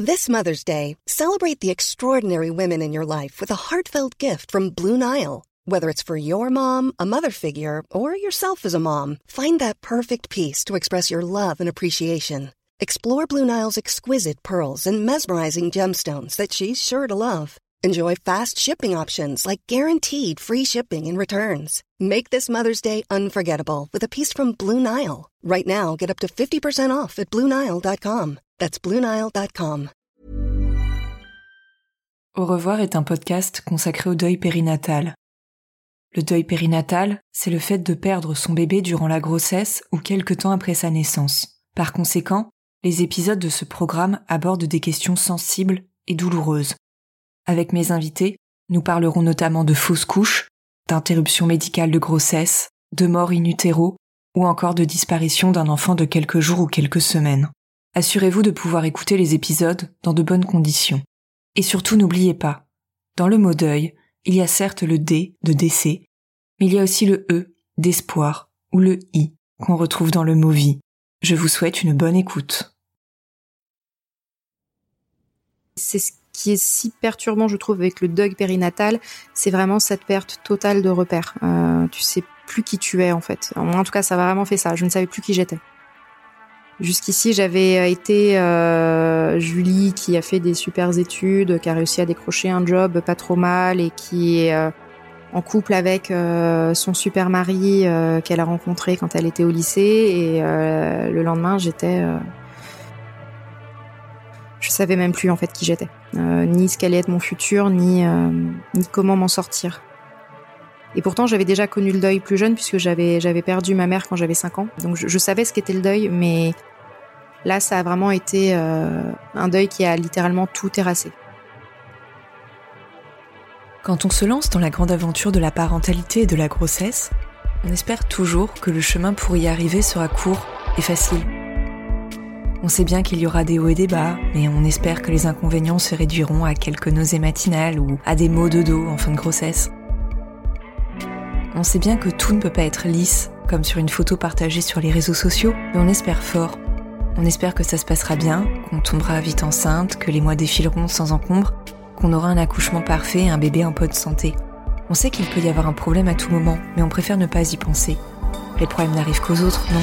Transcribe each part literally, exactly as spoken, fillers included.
This Mother's Day, celebrate the extraordinary women in your life with a heartfelt gift from Blue Nile. Whether it's for your mom, a mother figure, or yourself as a mom, find that perfect piece to express your love and appreciation. Explore Blue Nile's exquisite pearls and mesmerizing gemstones that she's sure to love. Enjoy fast shipping options like guaranteed free shipping and returns. Make this Mother's Day unforgettable with a piece from Blue Nile. Right now, get up to fifty percent off at blue nile dot com. That's blue nile dot com. Au revoir est un podcast consacré au deuil périnatal. Le deuil périnatal, c'est le fait de perdre son bébé durant la grossesse ou quelque temps après sa naissance. Par conséquent, les épisodes de ce programme abordent des questions sensibles et douloureuses. Avec mes invités, nous parlerons notamment de fausses couches, d'interruption médicale de grossesse, de mort in utero ou encore de disparition d'un enfant de quelques jours ou quelques semaines. Assurez-vous de pouvoir écouter les épisodes dans de bonnes conditions. Et surtout n'oubliez pas, dans le mot deuil, il y a certes le D de décès, mais il y a aussi le E d'espoir ou le I qu'on retrouve dans le mot vie. Je vous souhaite une bonne écoute. C'est ce qui est si perturbant, je trouve, avec le deuil périnatal, c'est vraiment cette perte totale de repères. Euh, tu sais plus qui tu es, en fait. Moi, en tout cas, ça a vraiment fait ça. Je ne savais plus qui j'étais. Jusqu'ici, j'avais été euh, Julie qui a fait des super études, qui a réussi à décrocher un job pas trop mal et qui est euh, en couple avec euh, son super mari euh, qu'elle a rencontré quand elle était au lycée. Et euh, le lendemain, j'étais... Euh, je savais même plus en fait qui j'étais, euh, ni ce qu'allait être mon futur, ni, euh, ni comment m'en sortir. Et pourtant, j'avais déjà connu le deuil plus jeune puisque j'avais, j'avais perdu ma mère quand j'avais cinq ans. Donc je, je savais ce qu'était le deuil, mais là, ça a vraiment été euh, un deuil qui a littéralement tout terrassé. Quand on se lance dans la grande aventure de la parentalité et de la grossesse, on espère toujours que le chemin pour y arriver sera court et facile. On sait bien qu'il y aura des hauts et des bas, mais on espère que les inconvénients se réduiront à quelques nausées matinales ou à des maux de dos en fin de grossesse. On sait bien que tout ne peut pas être lisse, comme sur une photo partagée sur les réseaux sociaux, mais on espère fort. On espère que ça se passera bien, qu'on tombera vite enceinte, que les mois défileront sans encombre, qu'on aura un accouchement parfait et un bébé en bonne santé. On sait qu'il peut y avoir un problème à tout moment, mais on préfère ne pas y penser. Les problèmes n'arrivent qu'aux autres, non ?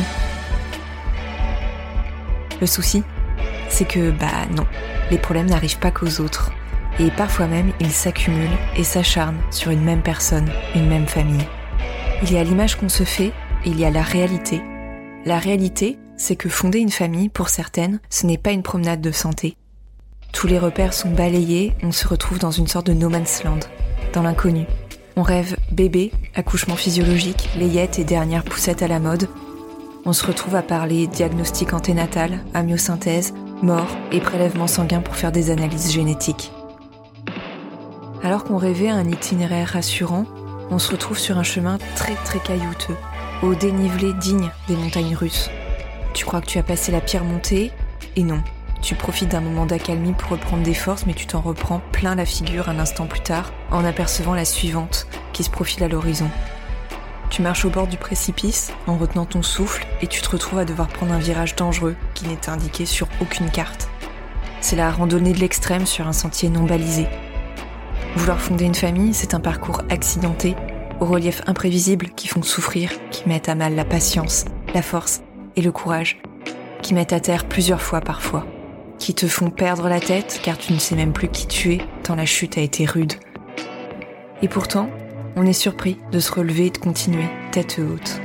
Le souci, c'est que, bah non, les problèmes n'arrivent pas qu'aux autres. Et parfois même, ils s'accumulent et s'acharnent sur une même personne, une même famille. Il y a l'image qu'on se fait, et il y a la réalité. La réalité, c'est que fonder une famille, pour certaines, ce n'est pas une promenade de santé. Tous les repères sont balayés, on se retrouve dans une sorte de no man's land, dans l'inconnu. On rêve bébé, accouchement physiologique, layette et dernière poussette à la mode. On se retrouve à parler diagnostic anténatal, amyosynthèse, mort et prélèvement sanguin pour faire des analyses génétiques. Alors qu'on rêvait à un itinéraire rassurant, on se retrouve sur un chemin très très caillouteux, au dénivelé digne des montagnes russes. Tu crois que tu as passé la pire montée, et non. Tu profites d'un moment d'accalmie pour reprendre des forces, mais tu t'en reprends plein la figure un instant plus tard, en apercevant la suivante, qui se profile à l'horizon. Tu marches au bord du précipice, en retenant ton souffle, et tu te retrouves à devoir prendre un virage dangereux, qui n'est indiqué sur aucune carte. C'est la randonnée de l'extrême sur un sentier non balisé. Vouloir fonder une famille, c'est un parcours accidenté, au relief imprévisible qui font souffrir, qui mettent à mal la patience, la force et le courage, qui mettent à terre plusieurs fois parfois, qui te font perdre la tête car tu ne sais même plus qui tu es tant la chute a été rude. Et pourtant, on est surpris de se relever et de continuer, tête haute.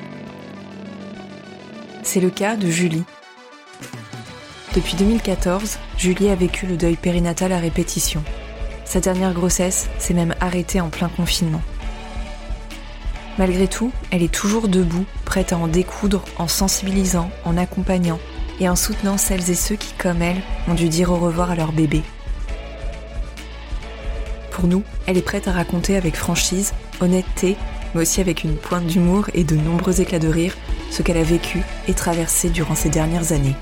C'est le cas de Julie. Depuis deux mille quatorze, Julie a vécu le deuil périnatal à répétition. Sa dernière grossesse s'est même arrêtée en plein confinement. Malgré tout, elle est toujours debout, prête à en découdre en sensibilisant, en accompagnant et en soutenant celles et ceux qui, comme elle, ont dû dire au revoir à leur bébé. Pour nous, elle est prête à raconter avec franchise, honnêteté, mais aussi avec une pointe d'humour et de nombreux éclats de rire, ce qu'elle a vécu et traversé durant ces dernières années.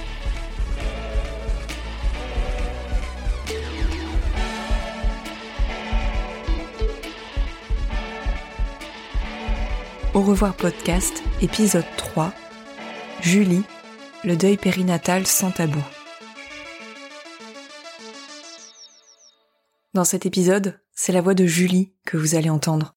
Au revoir podcast, épisode trois, Julie, le deuil périnatal sans tabou. Dans cet épisode, c'est la voix de Julie que vous allez entendre.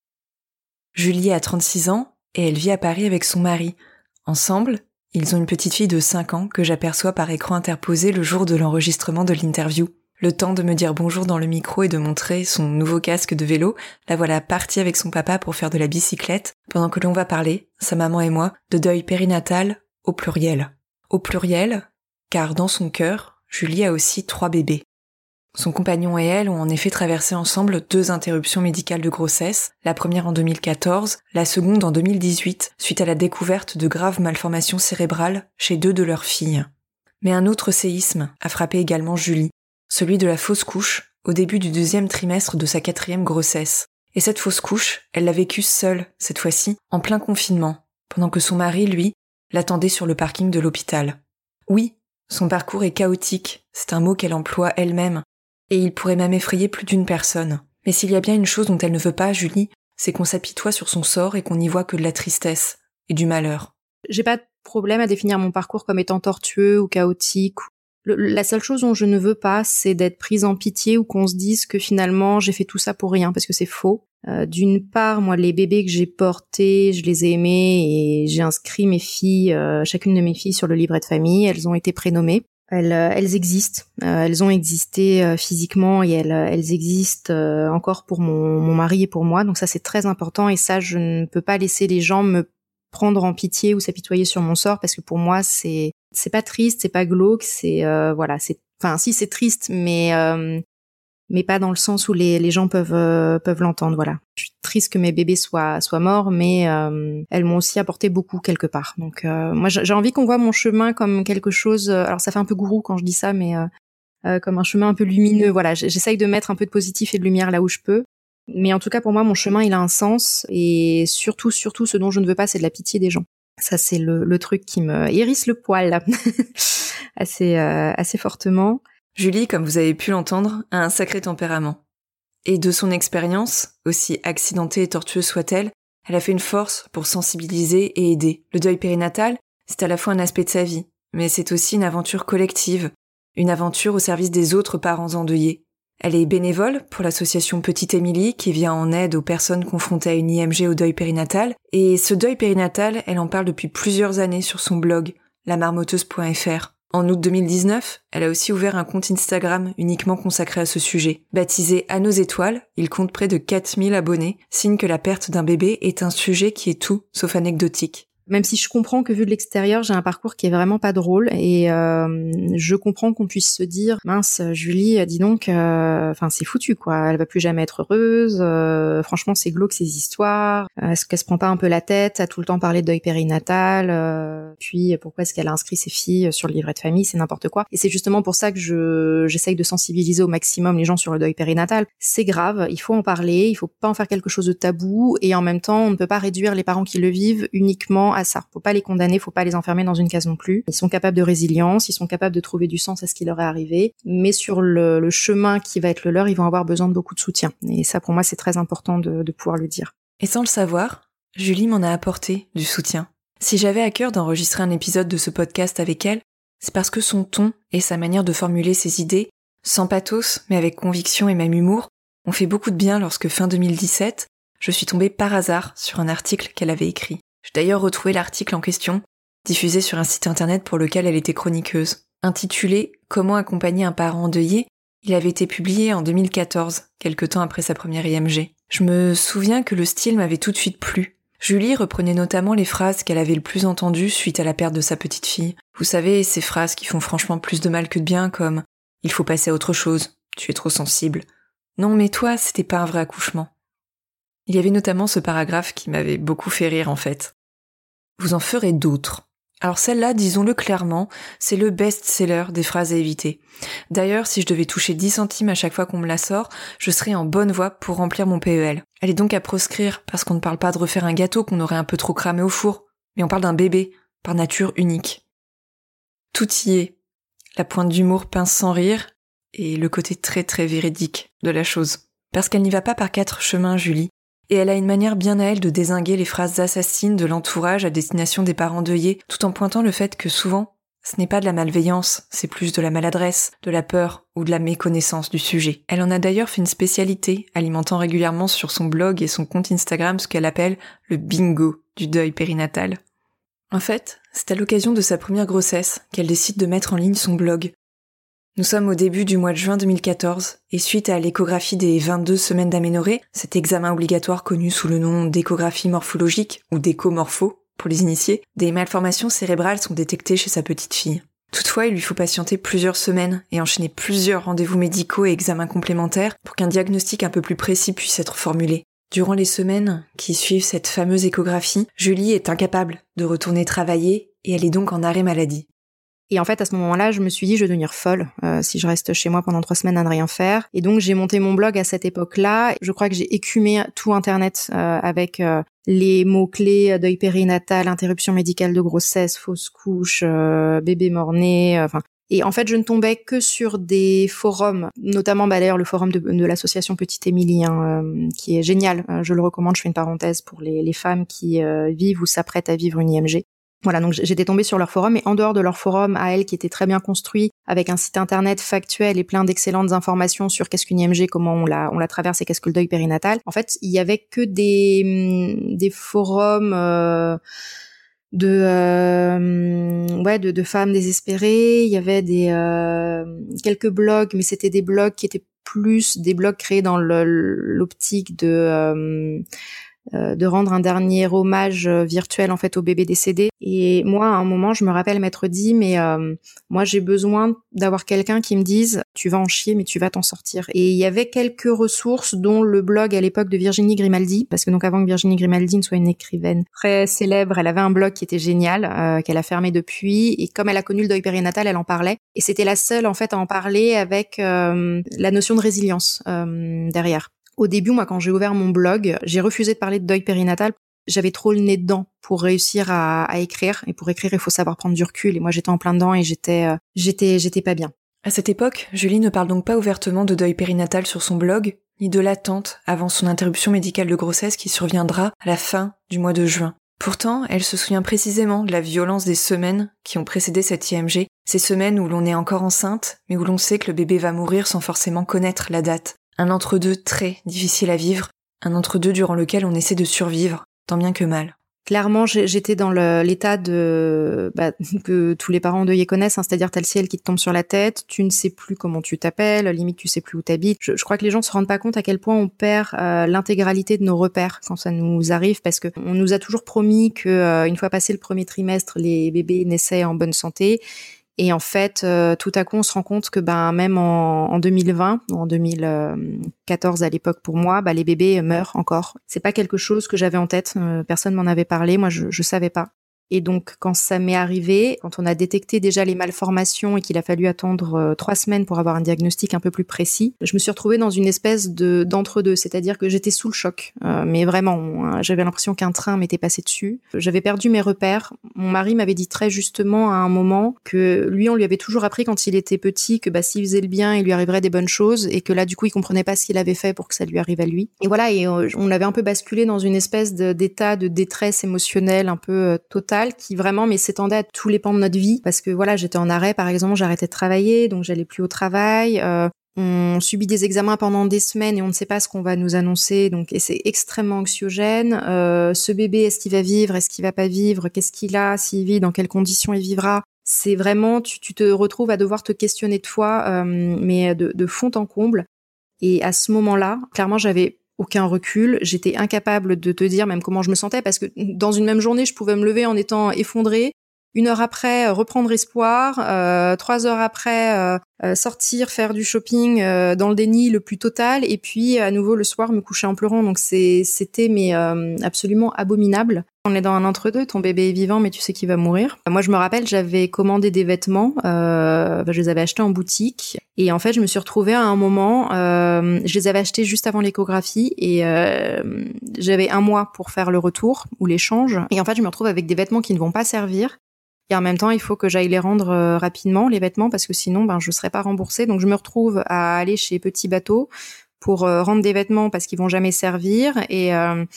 Julie a trente-six ans et elle vit à Paris avec son mari. Ensemble, ils ont une petite fille de cinq ans que j'aperçois par écran interposé le jour de l'enregistrement de l'interview. Le temps de me dire bonjour dans le micro et de montrer son nouveau casque de vélo, la voilà partie avec son papa pour faire de la bicyclette, pendant que l'on va parler, sa maman et moi, de deuil périnatal au pluriel. Au pluriel, car dans son cœur, Julie a aussi trois bébés. Son compagnon et elle ont en effet traversé ensemble deux interruptions médicales de grossesse, la première en deux mille quatorze, la seconde en deux mille dix-huit, suite à la découverte de graves malformations cérébrales chez deux de leurs filles. Mais un autre séisme a frappé également Julie, celui de la fausse couche au début du deuxième trimestre de sa quatrième grossesse. Et cette fausse couche, elle l'a vécue seule, cette fois-ci, en plein confinement, pendant que son mari, lui, l'attendait sur le parking de l'hôpital. Oui, son parcours est chaotique, c'est un mot qu'elle emploie elle-même, et il pourrait même effrayer plus d'une personne. Mais s'il y a bien une chose dont elle ne veut pas, Julie, c'est qu'on s'apitoie sur son sort et qu'on n'y voit que de la tristesse et du malheur. J'ai pas de problème à définir mon parcours comme étant tortueux ou chaotique. Le, la seule chose dont je ne veux pas, c'est d'être prise en pitié ou qu'on se dise que finalement j'ai fait tout ça pour rien, parce que c'est faux. Euh, d'une part, moi, les bébés que j'ai portés, je les ai aimés et j'ai inscrit mes filles, euh, chacune de mes filles sur le livret de famille. Elles ont été prénommées. Elles, euh, elles existent. Euh, elles ont existé euh, physiquement et elles, elles existent euh, encore pour mon, mon mari et pour moi. Donc ça, c'est très important et ça, je ne peux pas laisser les gens me prendre en pitié ou s'apitoyer sur mon sort parce que pour moi, c'est c'est pas triste, c'est pas glauque, c'est euh, voilà, c'est enfin si c'est triste, mais euh, mais pas dans le sens où les, les gens peuvent euh, peuvent l'entendre, voilà. Je suis triste que mes bébés soient soient morts, mais euh, elles m'ont aussi apporté beaucoup quelque part. Donc euh, moi j'ai envie qu'on voit mon chemin comme quelque chose, alors ça fait un peu gourou quand je dis ça, mais euh, euh, comme un chemin un peu lumineux, voilà. J'essaye de mettre un peu de positif et de lumière là où je peux. Mais en tout cas pour moi mon chemin il a un sens et surtout surtout ce dont je ne veux pas c'est de la pitié des gens. Ça c'est le, le truc qui me hérisse le poil assez euh, assez fortement. Julie, comme vous avez pu l'entendre, a un sacré tempérament. Et de son expérience, aussi accidentée et tortueuse soit-elle, elle a fait une force pour sensibiliser et aider. Le deuil périnatal, c'est à la fois un aspect de sa vie, mais c'est aussi une aventure collective, une aventure au service des autres parents endeuillés. Elle est bénévole pour l'association Petite Émilie qui vient en aide aux personnes confrontées à une I M G au deuil périnatal. Et ce deuil périnatal, elle en parle depuis plusieurs années sur son blog, la marmoteuse point f r. En août deux mille dix-neuf, elle a aussi ouvert un compte Instagram uniquement consacré à ce sujet. Baptisé À nos étoiles, il compte près de quatre mille abonnés, signe que la perte d'un bébé est un sujet qui est tout sauf anecdotique. Même si je comprends que vu de l'extérieur, j'ai un parcours qui est vraiment pas drôle et euh, je comprends qu'on puisse se dire mince, Julie, dis donc, enfin euh, c'est foutu quoi, elle va plus jamais être heureuse. Euh, franchement, c'est glauque ces histoires. Euh, est-ce qu'elle se prend pas un peu la tête à tout le temps parler de deuil périnatal euh, Puis pourquoi est-ce qu'elle a inscrit ses filles sur le livret de famille? C'est n'importe quoi. Et c'est justement pour ça que je j'essaye de sensibiliser au maximum les gens sur le deuil périnatal. C'est grave, il faut en parler, il faut pas en faire quelque chose de tabou et en même temps, on ne peut pas réduire les parents qui le vivent uniquement à ça. Faut pas les condamner, faut pas les enfermer dans une case non plus. Ils sont capables de résilience, ils sont capables de trouver du sens à ce qui leur est arrivé, mais sur le, le chemin qui va être le leur, ils vont avoir besoin de beaucoup de soutien. Et ça, pour moi, c'est très important de, de pouvoir le dire. Et sans le savoir, Julie m'en a apporté du soutien. Si j'avais à cœur d'enregistrer un épisode de ce podcast avec elle, c'est parce que son ton et sa manière de formuler ses idées, sans pathos, mais avec conviction et même humour, ont fait beaucoup de bien lorsque fin deux mille dix-sept, je suis tombée par hasard sur un article qu'elle avait écrit. J'ai d'ailleurs retrouvé l'article en question, diffusé sur un site internet pour lequel elle était chroniqueuse. Intitulé « Comment accompagner un parent endeuillé », il avait été publié en deux mille quatorze, quelque temps après sa première I M G. Je me souviens que le style m'avait tout de suite plu. Julie reprenait notamment les phrases qu'elle avait le plus entendues suite à la perte de sa petite fille. Vous savez, ces phrases qui font franchement plus de mal que de bien, comme « Il faut passer à autre chose, tu es trop sensible ». Non mais toi, c'était pas un vrai accouchement. Il y avait notamment ce paragraphe qui m'avait beaucoup fait rire en fait. Vous en ferez d'autres. Alors celle-là, disons-le clairement, c'est le best-seller des phrases à éviter. D'ailleurs, si je devais toucher dix centimes à chaque fois qu'on me la sort, je serais en bonne voie pour remplir mon P E L. Elle est donc à proscrire parce qu'on ne parle pas de refaire un gâteau qu'on aurait un peu trop cramé au four, mais on parle d'un bébé, par nature unique. Tout y est. La pointe d'humour pince sans rire et le côté très très véridique de la chose. Parce qu'elle n'y va pas par quatre chemins, Julie. Et elle a une manière bien à elle de dézinguer les phrases assassines de l'entourage à destination des parents endeuillés, tout en pointant le fait que souvent, Ce n'est pas de la malveillance, c'est plus de la maladresse, de la peur ou de la méconnaissance du sujet. Elle en a d'ailleurs fait une spécialité, alimentant régulièrement sur son blog et son compte Instagram ce qu'elle appelle le bingo du deuil périnatal. En fait, c'est à l'occasion de sa première grossesse qu'elle décide de mettre en ligne son blog. Nous sommes au début du mois de juin deux mille quatorze, et suite à l'échographie des vingt-deux semaines d'aménorrhée, cet examen obligatoire connu sous le nom d'échographie morphologique ou d'échomorpho, pour les initiés, des malformations cérébrales sont détectées chez sa petite fille. Toutefois, il lui faut patienter plusieurs semaines et enchaîner plusieurs rendez-vous médicaux et examens complémentaires pour qu'un diagnostic un peu plus précis puisse être formulé. Durant les semaines qui suivent cette fameuse échographie, Julie est incapable de retourner travailler et elle est donc en arrêt maladie. Et en fait, à ce moment-là, je me suis dit, je vais devenir folle euh, si je reste chez moi pendant trois semaines à ne rien faire. Et donc, j'ai monté mon blog à cette époque-là. Je crois que j'ai écumé tout Internet euh, avec euh, les mots-clés deuil périnatal, interruption médicale de grossesse, fausse couche, euh, bébé mort-né, enfin... Euh, Et en fait, je ne tombais que sur des forums, notamment bah, d'ailleurs le forum de, de l'association Petite Émilie, hein, euh, qui est génial. Euh, je le recommande, je fais une parenthèse pour les, les femmes qui euh, vivent ou s'apprêtent à vivre une I M G. Voilà, donc j'étais tombée sur leur forum, et en dehors de leur forum à elles, qui était très bien construit, avec un site internet factuel et plein d'excellentes informations sur qu'est-ce qu'une I M G, comment on la, on la traverse et qu'est-ce que le deuil périnatal. En fait, il y avait que des, des forums... Euh, de euh, ouais de, de femmes désespérées. Il y avait des euh, quelques blogs, mais c'était des blogs qui étaient plus des blogs créés dans le, l'optique de euh, de rendre un dernier hommage virtuel en fait au bébé décédé. Et moi, à un moment, je me rappelle m'être dit, mais euh, moi, j'ai besoin d'avoir quelqu'un qui me dise, tu vas en chier, mais tu vas t'en sortir. Et il y avait quelques ressources, dont le blog à l'époque de Virginie Grimaldi, parce que donc avant que Virginie Grimaldi ne soit une écrivaine très célèbre, elle avait un blog qui était génial, euh, qu'elle a fermé depuis. Et comme elle a connu le deuil périnatal, elle en parlait. Et c'était la seule en fait à en parler avec euh, la notion de résilience euh, derrière. Au début, moi, quand j'ai ouvert mon blog, j'ai refusé de parler de deuil périnatal. J'avais trop le nez dedans pour réussir à, à écrire. Et pour écrire, il faut savoir prendre du recul. Et moi, j'étais en plein dedans et j'étais, euh, j'étais, j'étais pas bien. À cette époque, Julie ne parle donc pas ouvertement de deuil périnatal sur son blog, ni de l'attente avant son interruption médicale de grossesse qui surviendra à la fin du mois de juin. Pourtant, elle se souvient précisément de la violence des semaines qui ont précédé cette I M G. Ces semaines où l'on est encore enceinte, mais où l'on sait que le bébé va mourir sans forcément connaître la date. Un entre-deux très difficile à vivre, un entre-deux durant lequel on essaie de survivre, tant bien que mal. Clairement, j'étais dans le, l'état de bah, que tous les parents endeuillés connaissent, hein, c'est-à-dire t'as le ciel qui te tombe sur la tête, tu ne sais plus comment tu t'appelles, limite tu sais plus où t'habites. Je, je crois que les gens se rendent pas compte à quel point on perd euh, l'intégralité de nos repères quand ça nous arrive, parce que on nous a toujours promis que euh, une fois passé le premier trimestre, les bébés naissaient en bonne santé. Et en fait, euh, tout à coup, on se rend compte que ben même en, en deux mille vingt, en deux mille quatorze à l'époque pour moi, bah les bébés meurent encore. C'est pas quelque chose que j'avais en tête. Euh, personne m'en avait parlé. Moi, je, je savais pas. Et donc, quand ça m'est arrivé, quand on a détecté déjà les malformations et qu'il a fallu attendre euh, trois semaines pour avoir un diagnostic un peu plus précis, je me suis retrouvée dans une espèce de d'entre-deux, c'est-à-dire que j'étais sous le choc. Euh, mais vraiment, hein, j'avais l'impression qu'un train m'était passé dessus. J'avais perdu mes repères. Mon mari m'avait dit très justement à un moment que lui, on lui avait toujours appris quand il était petit que bah, s'il faisait le bien, il lui arriverait des bonnes choses, et que là, du coup, il comprenait pas ce qu'il avait fait pour que ça lui arrive à lui. Et voilà, et euh, on avait un peu basculé dans une espèce de, d'état de détresse émotionnelle un peu euh, totale, qui vraiment mais s'étendait à tous les pans de notre vie, parce que voilà, j'étais en arrêt par exemple, j'arrêtais de travailler, donc j'allais plus au travail, euh, on subit des examens pendant des semaines et on ne sait pas ce qu'on va nous annoncer, donc et c'est extrêmement anxiogène. Euh, ce bébé, est-ce qu'il va vivre, est-ce qu'il va pas vivre, qu'est-ce qu'il a, s'il vit, dans quelles conditions il vivra. C'est vraiment, tu, tu te retrouves à devoir te questionner toi, euh, mais de, de fond en comble. Et à ce moment-là, clairement, j'avais aucun recul, j'étais incapable de te dire même comment je me sentais, parce que dans une même journée, je pouvais me lever en étant effondrée, une heure après, reprendre espoir, euh, trois heures après, euh, euh, sortir, faire du shopping euh, dans le déni le plus total, et puis à nouveau le soir me coucher en pleurant. Donc c'est, c'était mais euh, absolument abominable. On est dans un entre-deux, ton bébé est vivant, mais tu sais qu'il va mourir. Moi, je me rappelle, j'avais commandé des vêtements, euh, je les avais achetés en boutique, et en fait, je me suis retrouvée à un moment, euh, je les avais achetés juste avant l'échographie, et euh, j'avais un mois pour faire le retour ou l'échange, et en fait, je me retrouve avec des vêtements qui ne vont pas servir. Et en même temps, il faut que j'aille les rendre euh, rapidement, les vêtements, parce que sinon, ben, je serais pas remboursée. Donc, je me retrouve à aller chez Petit Bateau pour euh, rendre des vêtements parce qu'ils vont jamais servir. Et euh,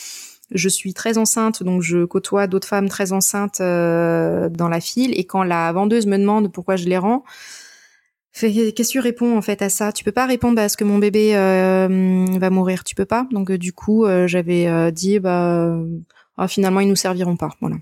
Je suis très enceinte, donc je côtoie d'autres femmes très enceintes euh, dans la file. Et quand la vendeuse me demande pourquoi je les rends, fait, qu'est-ce que tu réponds en fait à ça ? Tu peux pas répondre parce que mon bébé euh, va mourir, tu peux pas. Donc euh, du coup, euh, j'avais euh, dit bah euh, ah, finalement ils nous serviront pas. Voilà.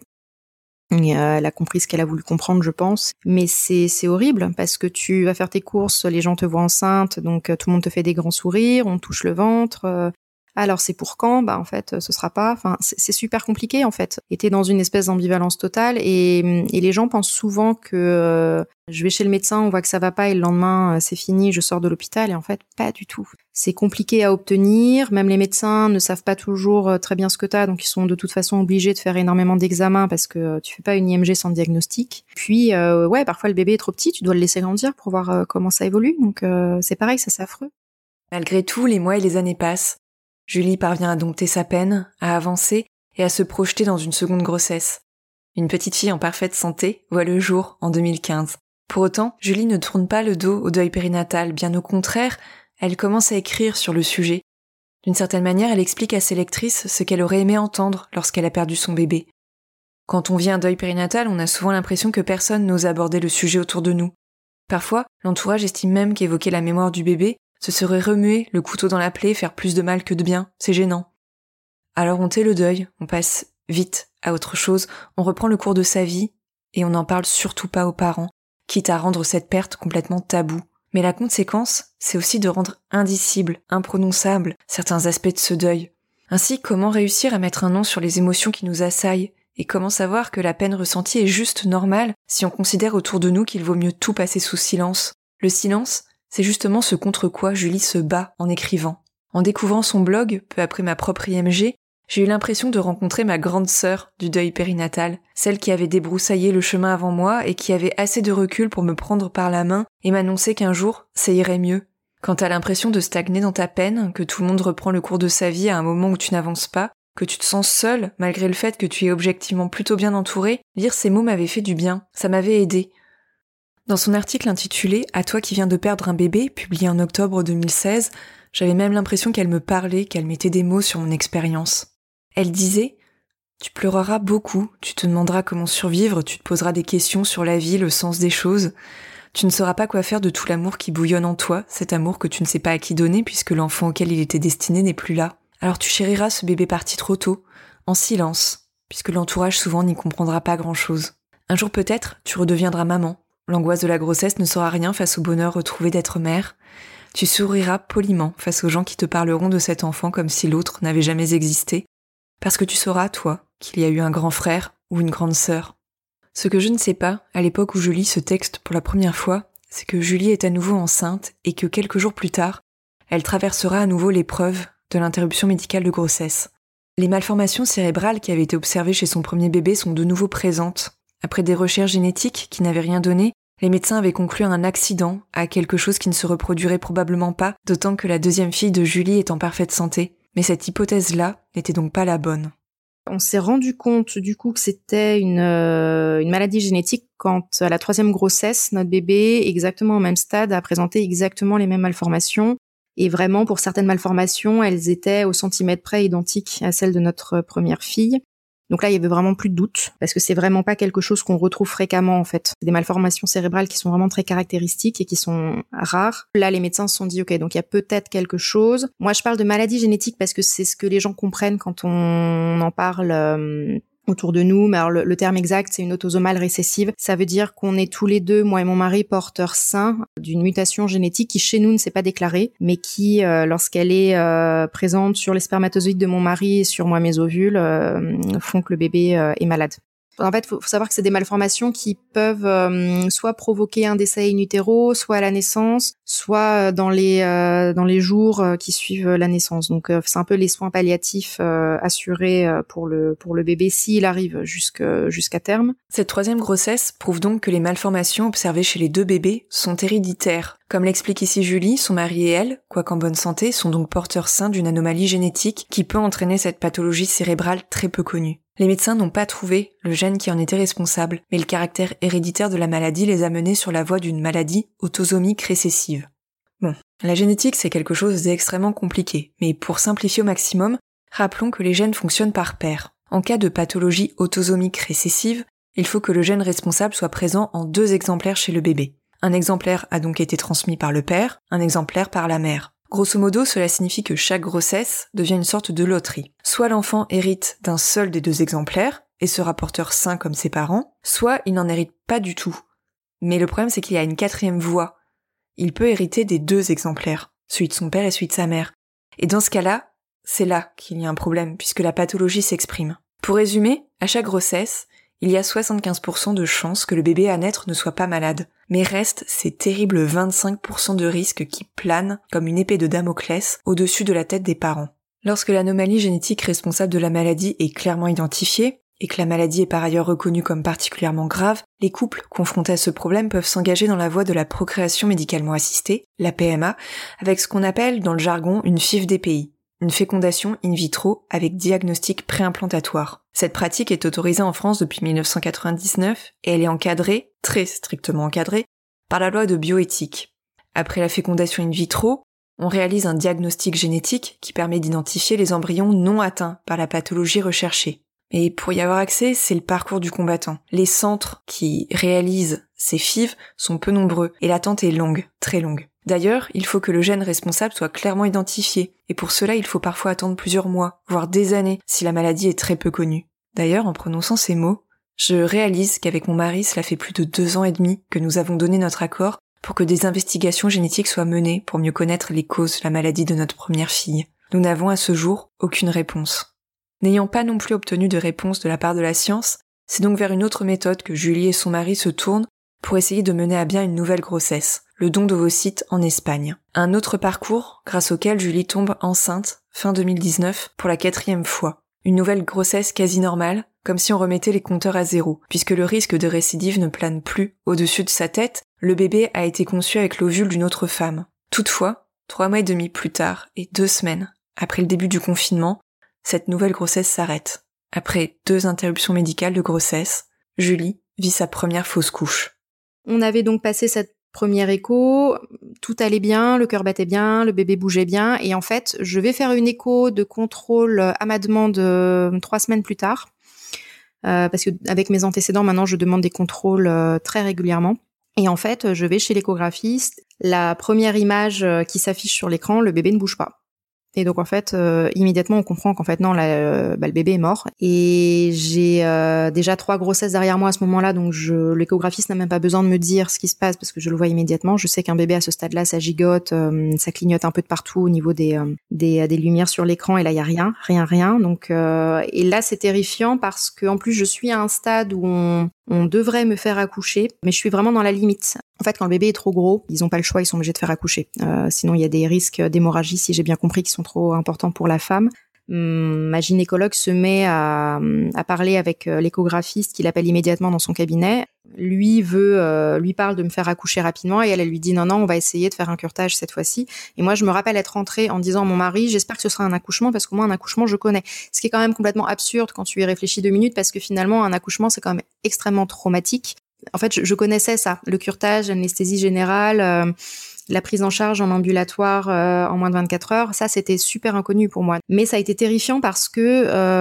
Et, euh, elle a compris ce qu'elle a voulu comprendre, je pense. Mais c'est c'est horrible parce que tu vas faire tes courses, les gens te voient enceinte, donc euh, tout le monde te fait des grands sourires, on touche le ventre. Euh, alors c'est pour quand ? Bah en fait, ce sera pas. Enfin, c'est, c'est super compliqué en fait. Et t'es dans une espèce d'ambivalence totale et, et les gens pensent souvent que euh, je vais chez le médecin, on voit que ça va pas et le lendemain euh, c'est fini, je sors de l'hôpital et en fait pas du tout. C'est compliqué à obtenir. Même les médecins ne savent pas toujours euh, très bien ce que t'as, donc ils sont de toute façon obligés de faire énormément d'examens parce que euh, tu fais pas une I M G sans diagnostic. Puis euh, ouais, parfois le bébé est trop petit, tu dois le laisser grandir pour voir euh, comment ça évolue. Donc euh, c'est pareil, ça c'est affreux. Malgré tout, les mois et les années passent. Julie parvient à dompter sa peine, à avancer et à se projeter dans une seconde grossesse. Une petite fille en parfaite santé voit le jour en deux mille quinze. Pour autant, Julie ne tourne pas le dos au deuil périnatal, bien au contraire, elle commence à écrire sur le sujet. D'une certaine manière, elle explique à ses lectrices ce qu'elle aurait aimé entendre lorsqu'elle a perdu son bébé. Quand on vit un deuil périnatal, on a souvent l'impression que personne n'ose aborder le sujet autour de nous. Parfois, l'entourage estime même qu'évoquer la mémoire du bébé, ce serait remuer le couteau dans la plaie, faire plus de mal que de bien, c'est gênant. Alors on tait le deuil, on passe vite à autre chose, on reprend le cours de sa vie, et on n'en parle surtout pas aux parents, quitte à rendre cette perte complètement taboue. Mais la conséquence, c'est aussi de rendre indicibles, imprononçables certains aspects de ce deuil. Ainsi, comment réussir à mettre un nom sur les émotions qui nous assaillent, et comment savoir que la peine ressentie est juste normale si on considère autour de nous qu'il vaut mieux tout passer sous silence. Le silence, c'est justement ce contre quoi Julie se bat en écrivant. En découvrant son blog, peu après ma propre I M G, j'ai eu l'impression de rencontrer ma grande sœur du deuil périnatal, celle qui avait débroussaillé le chemin avant moi et qui avait assez de recul pour me prendre par la main et m'annoncer qu'un jour, ça irait mieux. Quand t'as l'impression de stagner dans ta peine, que tout le monde reprend le cours de sa vie à un moment où tu n'avances pas, que tu te sens seule, malgré le fait que tu es objectivement plutôt bien entourée, lire ces mots m'avait fait du bien, ça m'avait aidée. Dans son article intitulé « À toi qui viens de perdre un bébé », publié en octobre deux mille seize, j'avais même l'impression qu'elle me parlait, qu'elle mettait des mots sur mon expérience. Elle disait « Tu pleureras beaucoup, tu te demanderas comment survivre, tu te poseras des questions sur la vie, le sens des choses. Tu ne sauras pas quoi faire de tout l'amour qui bouillonne en toi, cet amour que tu ne sais pas à qui donner puisque l'enfant auquel il était destiné n'est plus là. Alors tu chériras ce bébé parti trop tôt, en silence, puisque l'entourage souvent n'y comprendra pas grand-chose. Un jour peut-être, tu redeviendras maman. L'angoisse de la grossesse ne sera rien face au bonheur retrouvé d'être mère. Tu souriras poliment face aux gens qui te parleront de cet enfant comme si l'autre n'avait jamais existé. Parce que tu sauras, toi, qu'il y a eu un grand frère ou une grande sœur. Ce que je ne sais pas, à l'époque où je lis ce texte pour la première fois, c'est que Julie est à nouveau enceinte et que quelques jours plus tard, elle traversera à nouveau l'épreuve de l'interruption médicale de grossesse. Les malformations cérébrales qui avaient été observées chez son premier bébé sont de nouveau présentes. Après des recherches génétiques qui n'avaient rien donné, les médecins avaient conclu à un accident, à quelque chose qui ne se reproduirait probablement pas, d'autant que la deuxième fille de Julie est en parfaite santé. Mais cette hypothèse-là n'était donc pas la bonne. On s'est rendu compte du coup que c'était une, euh, une maladie génétique quand à la troisième grossesse, notre bébé, exactement au même stade, a présenté exactement les mêmes malformations. Et vraiment, pour certaines malformations, elles étaient au centimètre près identiques à celles de notre première fille. Donc là, il y avait vraiment plus de doute, parce que c'est vraiment pas quelque chose qu'on retrouve fréquemment, en fait. C'est des malformations cérébrales qui sont vraiment très caractéristiques et qui sont rares. Là, les médecins se sont dit, ok, donc il y a peut-être quelque chose. Moi, je parle de maladie génétique parce que c'est ce que les gens comprennent quand on en parle euh, autour de nous. Mais alors, le, le terme exact, c'est une autosomale récessive. Ça veut dire qu'on est tous les deux, moi et mon mari, porteurs sains d'une mutation génétique qui, chez nous, ne s'est pas déclarée, mais qui, euh, lorsqu'elle est euh, présente sur les spermatozoïdes de mon mari et sur moi, mes ovules, euh, font que le bébé euh, est malade. En fait, faut, faut savoir que c'est des malformations qui peuvent euh, soit provoquer un décès in utero, soit à la naissance, soit dans les euh, dans les jours euh, qui suivent la naissance. Donc, euh, c'est un peu les soins palliatifs euh, assurés euh, pour le pour le bébé s'il arrive jusque jusqu'à terme. Cette troisième grossesse prouve donc que les malformations observées chez les deux bébés sont héréditaires. Comme l'explique ici Julie, son mari et elle, quoiqu'en bonne santé, sont donc porteurs sains d'une anomalie génétique qui peut entraîner cette pathologie cérébrale très peu connue. Les médecins n'ont pas trouvé le gène qui en était responsable, mais le caractère héréditaire de la maladie les a menés sur la voie d'une maladie autosomique récessive. Bon, la génétique c'est quelque chose d'extrêmement compliqué, mais pour simplifier au maximum, Rappelons que les gènes fonctionnent par paires. En cas de pathologie autosomique récessive, il faut que le gène responsable soit présent en deux exemplaires chez le bébé. Un exemplaire a donc été transmis par le père, un exemplaire par la mère. Grosso modo, cela signifie que chaque grossesse devient une sorte de loterie. Soit l'enfant hérite d'un seul des deux exemplaires, et sera porteur sain comme ses parents, soit il n'en hérite pas du tout. Mais le problème, c'est qu'il y a une quatrième voie. Il peut hériter des deux exemplaires, celui de son père et celui de sa mère. Et dans ce cas-là, c'est là qu'il y a un problème, puisque la pathologie s'exprime. Pour résumer, à chaque grossesse, il y a soixante-quinze pour cent de chances que le bébé à naître ne soit pas malade. Mais reste ces terribles vingt-cinq pour cent de risques qui planent comme une épée de Damoclès au-dessus de la tête des parents. Lorsque l'anomalie génétique responsable de la maladie est clairement identifiée, et que la maladie est par ailleurs reconnue comme particulièrement grave, les couples confrontés à ce problème peuvent s'engager dans la voie de la procréation médicalement assistée, la P M A, avec ce qu'on appelle dans le jargon une F I V D P I, une fécondation in vitro avec diagnostic préimplantatoire. Cette pratique est autorisée en France depuis mille neuf cent quatre-vingt-dix-neuf et elle est encadrée, très strictement encadrée, par la loi de bioéthique. Après la fécondation in vitro, on réalise un diagnostic génétique qui permet d'identifier les embryons non atteints par la pathologie recherchée. Et pour y avoir accès, c'est le parcours du combattant. Les centres qui réalisent ces F I V sont peu nombreux et l'attente est longue, très longue. D'ailleurs, il faut que le gène responsable soit clairement identifié et pour cela, il faut parfois attendre plusieurs mois, voire des années, si la maladie est très peu connue. D'ailleurs, en prononçant ces mots, je réalise qu'avec mon mari, cela fait plus de deux ans et demi que nous avons donné notre accord pour que des investigations génétiques soient menées pour mieux connaître les causes de la maladie de notre première fille. Nous n'avons à ce jour aucune réponse. N'ayant pas non plus obtenu de réponse de la part de la science, c'est donc vers une autre méthode que Julie et son mari se tournent pour essayer de mener à bien une nouvelle grossesse, le don d'ovocytes en Espagne. Un autre parcours grâce auquel Julie tombe enceinte fin deux mille dix-neuf pour la quatrième fois. Une nouvelle grossesse quasi normale, comme si on remettait les compteurs à zéro, puisque le risque de récidive ne plane plus au-dessus de sa tête, le bébé a été conçu avec l'ovule d'une autre femme. Toutefois, trois mois et demi plus tard et deux semaines après le début du confinement, cette nouvelle grossesse s'arrête. Après deux interruptions médicales de grossesse, Julie vit sa première fausse couche. On avait donc passé cette première écho, tout allait bien, le cœur battait bien, le bébé bougeait bien, et en fait, je vais faire une écho de contrôle à ma demande euh, trois semaines plus tard, euh, parce que avec mes antécédents, maintenant, je demande des contrôles euh, très régulièrement. Et en fait, je vais chez l'échographiste, la première image qui s'affiche sur l'écran, le bébé ne bouge pas. Et donc en fait, euh, immédiatement, on comprend qu'en fait non, là, euh, bah, le bébé est mort. Et j'ai euh, déjà trois grossesses derrière moi à ce moment-là, donc je, l'échographiste n'a même pas besoin de me dire ce qui se passe parce que je le vois immédiatement. Je sais qu'un bébé à ce stade-là, ça gigote, euh, ça clignote un peu de partout au niveau des euh, des, des lumières sur l'écran. Et là, il y a rien, rien, rien. Donc euh, et là, c'est terrifiant parce que en plus, je suis à un stade où on on devrait me faire accoucher, mais je suis vraiment dans la limite. En fait, quand le bébé est trop gros, ils n'ont pas le choix, ils sont obligés de faire accoucher. Euh, sinon, il y a des risques d'hémorragie, si j'ai bien compris, qui sont trop importants pour la femme. Hum, ma gynécologue se met à, à parler avec l'échographiste qui l'appelle immédiatement dans son cabinet. Lui veut, euh, lui parle de me faire accoucher rapidement et elle, elle lui dit non, non, on va essayer de faire un curetage cette fois-ci. Et moi, je me rappelle être rentrée en disant à mon mari, j'espère que ce sera un accouchement parce qu'au moins un accouchement, je connais. Ce qui est quand même complètement absurde quand tu y réfléchis deux minutes parce que finalement, un accouchement, c'est quand même extrêmement traumatique. En fait, je, je connaissais ça, le curetage, l'anesthésie générale, euh, la prise en charge en ambulatoire euh, en moins de vingt-quatre heures, ça c'était super inconnu pour moi. Mais ça a été terrifiant parce que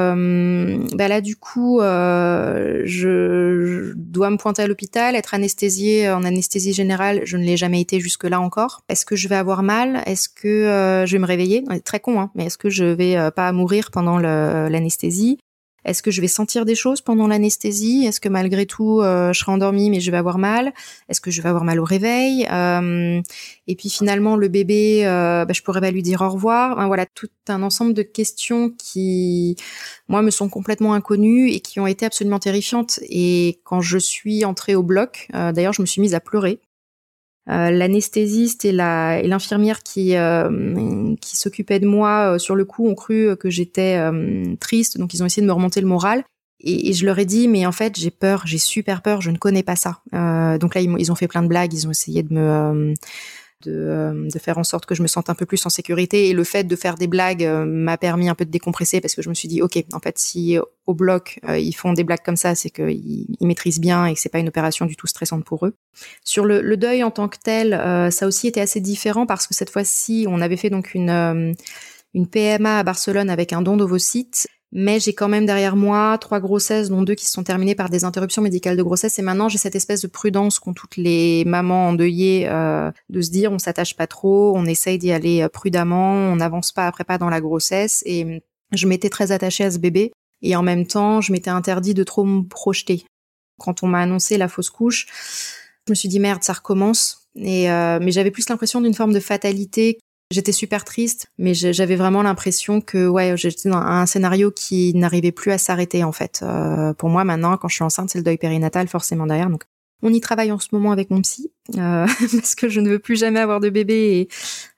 euh, bah là du coup, euh, je, je dois me pointer à l'hôpital, être anesthésiée en anesthésie générale, je ne l'ai jamais été jusque-là encore. Est-ce que je vais avoir mal ? Est-ce que euh, je vais me réveiller ? Très con, hein, mais est-ce que je vais euh, pas mourir pendant le, l'anesthésie ? Est-ce que je vais sentir des choses pendant l'anesthésie ? Est-ce que malgré tout, euh, je serai endormie mais je vais avoir mal ? Est-ce que je vais avoir mal au réveil ? euh, Et puis finalement, le bébé, euh, bah, je pourrais pas lui dire au revoir. Enfin, voilà, tout un ensemble de questions qui, moi, me sont complètement inconnues et qui ont été absolument terrifiantes. Et quand je suis entrée au bloc, euh, d'ailleurs, je me suis mise à pleurer. Euh, l'anesthésiste et, la, et l'infirmière qui, euh, qui s'occupaient de moi euh, sur le coup ont cru que j'étais euh, triste, donc ils ont essayé de me remonter le moral. Et, et je leur ai dit, mais en fait, j'ai peur, j'ai super peur, je ne connais pas ça. Euh, donc là, ils, ils ont fait plein de blagues, ils ont essayé de me... Euh, de, euh, de faire en sorte que je me sente un peu plus en sécurité. Et le fait de faire des blagues euh, m'a permis un peu de décompresser parce que je me suis dit, ok, en fait, si au bloc, euh, ils font des blagues comme ça, c'est qu'ils ils maîtrisent bien et que c'est pas une opération du tout stressante pour eux. Sur le, le deuil en tant que tel, euh, ça a aussi été assez différent parce que cette fois-ci, on avait fait donc une... Euh, une P M A à Barcelone avec un don d'ovocytes. Mais j'ai quand même derrière moi trois grossesses, dont deux qui se sont terminées par des interruptions médicales de grossesse. Et maintenant, j'ai cette espèce de prudence qu'ont toutes les mamans endeuillées, euh, de se dire on s'attache pas trop, on essaye d'y aller prudemment, on n'avance pas après pas dans la grossesse. Et je m'étais très attachée à ce bébé. Et en même temps, je m'étais interdit de trop me projeter. Quand on m'a annoncé la fausse couche, je me suis dit merde, ça recommence. Et euh, mais j'avais plus l'impression d'une forme de fatalité. J'étais super triste, mais j'avais vraiment l'impression que ouais, j'étais dans un scénario qui n'arrivait plus à s'arrêter en fait. Euh, pour moi maintenant, quand je suis enceinte, c'est le deuil périnatal forcément derrière. Donc on y travaille en ce moment avec mon psy euh, parce que je ne veux plus jamais avoir de bébé. Et